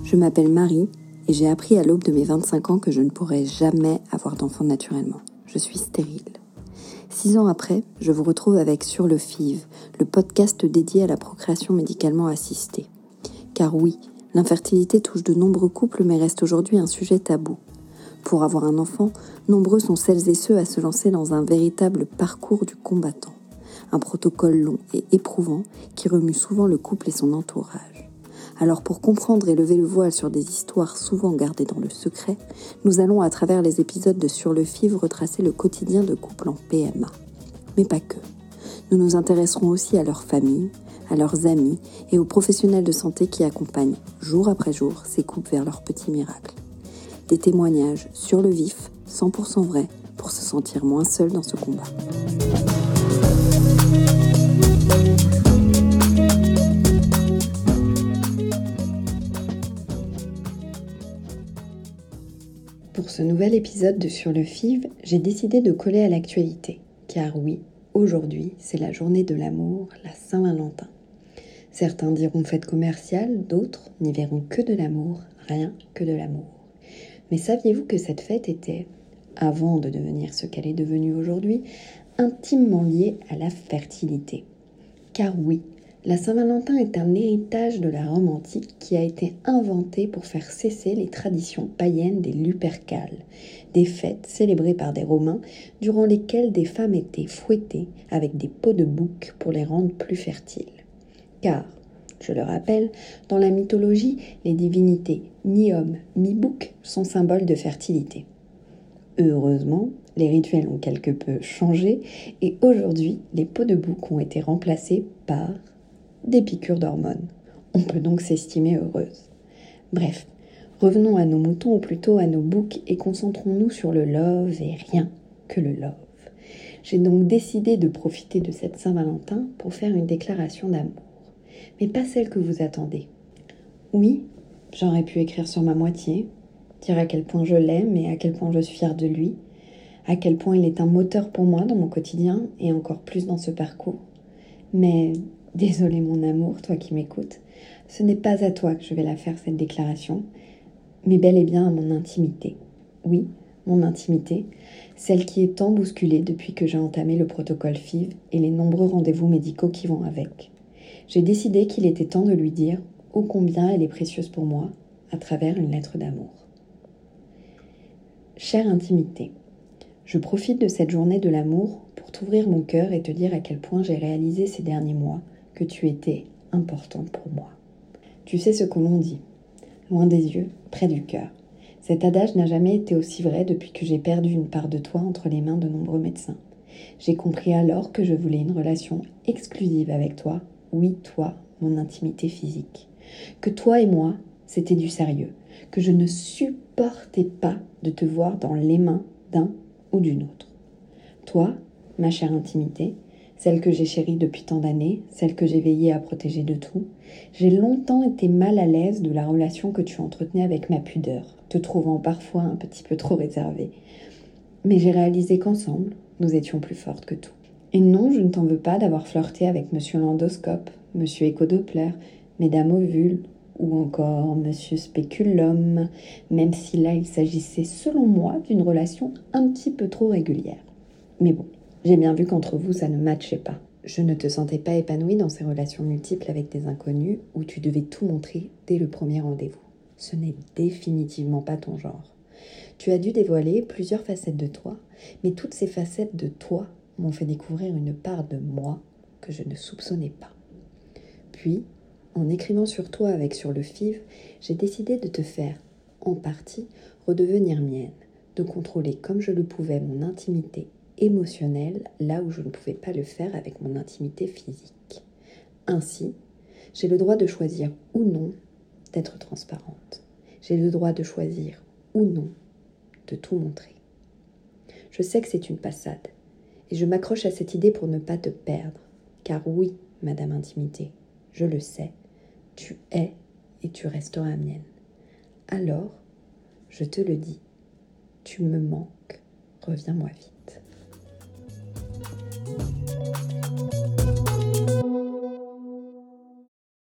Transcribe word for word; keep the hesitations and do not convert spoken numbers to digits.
Je m'appelle Marie et j'ai appris à l'aube de mes vingt-cinq ans que je ne pourrais jamais avoir d'enfant naturellement. Je suis stérile. Six ans après, je vous retrouve avec Sur le F I V, le podcast dédié à la procréation médicalement assistée. Car oui, l'infertilité touche de nombreux couples mais reste aujourd'hui un sujet tabou. Pour avoir un enfant, nombreux sont celles et ceux à se lancer dans un véritable parcours du combattant. Un protocole long et éprouvant qui remue souvent le couple et son entourage. Alors pour comprendre et lever le voile sur des histoires souvent gardées dans le secret, nous allons à travers les épisodes de Sur le F I V retracer le quotidien de couples en P M A. Mais pas que. Nous nous intéresserons aussi à leurs familles, à leurs amis et aux professionnels de santé qui accompagnent jour après jour ces couples vers leur petit miracle. Des témoignages sur le vif, cent pour cent vrais, pour se sentir moins seul dans ce combat. Pour ce nouvel épisode de Sur le F I V, j'ai décidé de coller à l'actualité. Car oui, aujourd'hui, c'est la journée de l'amour, la Saint-Valentin. Certains diront fête commerciale, d'autres n'y verront que de l'amour, rien que de l'amour. Mais saviez-vous que cette fête était, avant de devenir ce qu'elle est devenue aujourd'hui, intimement liée à la fertilité ? Car oui, la Saint-Valentin est un héritage de la Rome antique qui a été inventé pour faire cesser les traditions païennes des Lupercales, des fêtes célébrées par des Romains durant lesquelles des femmes étaient fouettées avec des peaux de bouc pour les rendre plus fertiles. Car, je le rappelle, dans la mythologie, les divinités mi-homme, mi-bouc sont symboles de fertilité. Heureusement, les rituels ont quelque peu changé et aujourd'hui, les peaux de bouc ont été remplacées par des piqûres d'hormones. On peut donc s'estimer heureuse. Bref, revenons à nos moutons ou plutôt à nos boucs et concentrons-nous sur le love et rien que le love. J'ai donc décidé de profiter de cette Saint-Valentin pour faire une déclaration d'amour. Mais pas celle que vous attendez. Oui, j'aurais pu écrire sur ma moitié, dire à quel point je l'aime et à quel point je suis fière de lui, à quel point il est un moteur pour moi dans mon quotidien et encore plus dans ce parcours. Mais désolé mon amour, toi qui m'écoutes, ce n'est pas à toi que je vais la faire cette déclaration, mais bel et bien à mon intimité. Oui, mon intimité, celle qui est tant bousculée depuis que j'ai entamé le protocole F I V et les nombreux rendez-vous médicaux qui vont avec. J'ai décidé qu'il était temps de lui dire ô combien elle est précieuse pour moi à travers une lettre d'amour. Chère intimité, je profite de cette journée de l'amour pour t'ouvrir mon cœur et te dire à quel point j'ai réalisé ces derniers mois que tu étais importante pour moi. Tu sais ce que l'on dit, loin des yeux, près du cœur. Cet adage n'a jamais été aussi vrai depuis que j'ai perdu une part de toi entre les mains de nombreux médecins. J'ai compris alors que je voulais une relation exclusive avec toi, oui, toi, mon intimité physique. Que toi et moi, c'était du sérieux, que je ne supportais pas de te voir dans les mains d'un ou d'une autre. Toi, ma chère intimité, celle que j'ai chérie depuis tant d'années, celle que j'ai veillé à protéger de tout, j'ai longtemps été mal à l'aise de la relation que tu entretenais avec ma pudeur, te trouvant parfois un petit peu trop réservée. Mais j'ai réalisé qu'ensemble, nous étions plus fortes que tout. Et non, je ne t'en veux pas d'avoir flirté avec Monsieur Landoscope, Monsieur Écodoppler, Mesdames Ovules, ou encore Monsieur Spéculum, même si là il s'agissait selon moi d'une relation un petit peu trop régulière. Mais bon, j'ai bien vu qu'entre vous ça ne matchait pas. Je ne te sentais pas épanouie dans ces relations multiples avec des inconnus où tu devais tout montrer dès le premier rendez-vous. Ce n'est définitivement pas ton genre. Tu as dû dévoiler plusieurs facettes de toi, mais toutes ces facettes de toi m'ont fait découvrir une part de moi que je ne soupçonnais pas. Puis, en écrivant sur toi avec Sur le F I V, j'ai décidé de te faire, en partie, redevenir mienne, de contrôler comme je le pouvais mon intimité émotionnelle là où je ne pouvais pas le faire avec mon intimité physique. Ainsi, j'ai le droit de choisir ou non d'être transparente. J'ai le droit de choisir ou non de tout montrer. Je sais que c'est une passade, et je m'accroche à cette idée pour ne pas te perdre, car oui, Madame Intimité, je le sais, tu es et tu resteras mienne. Alors, je te le dis, tu me manques, reviens-moi vite.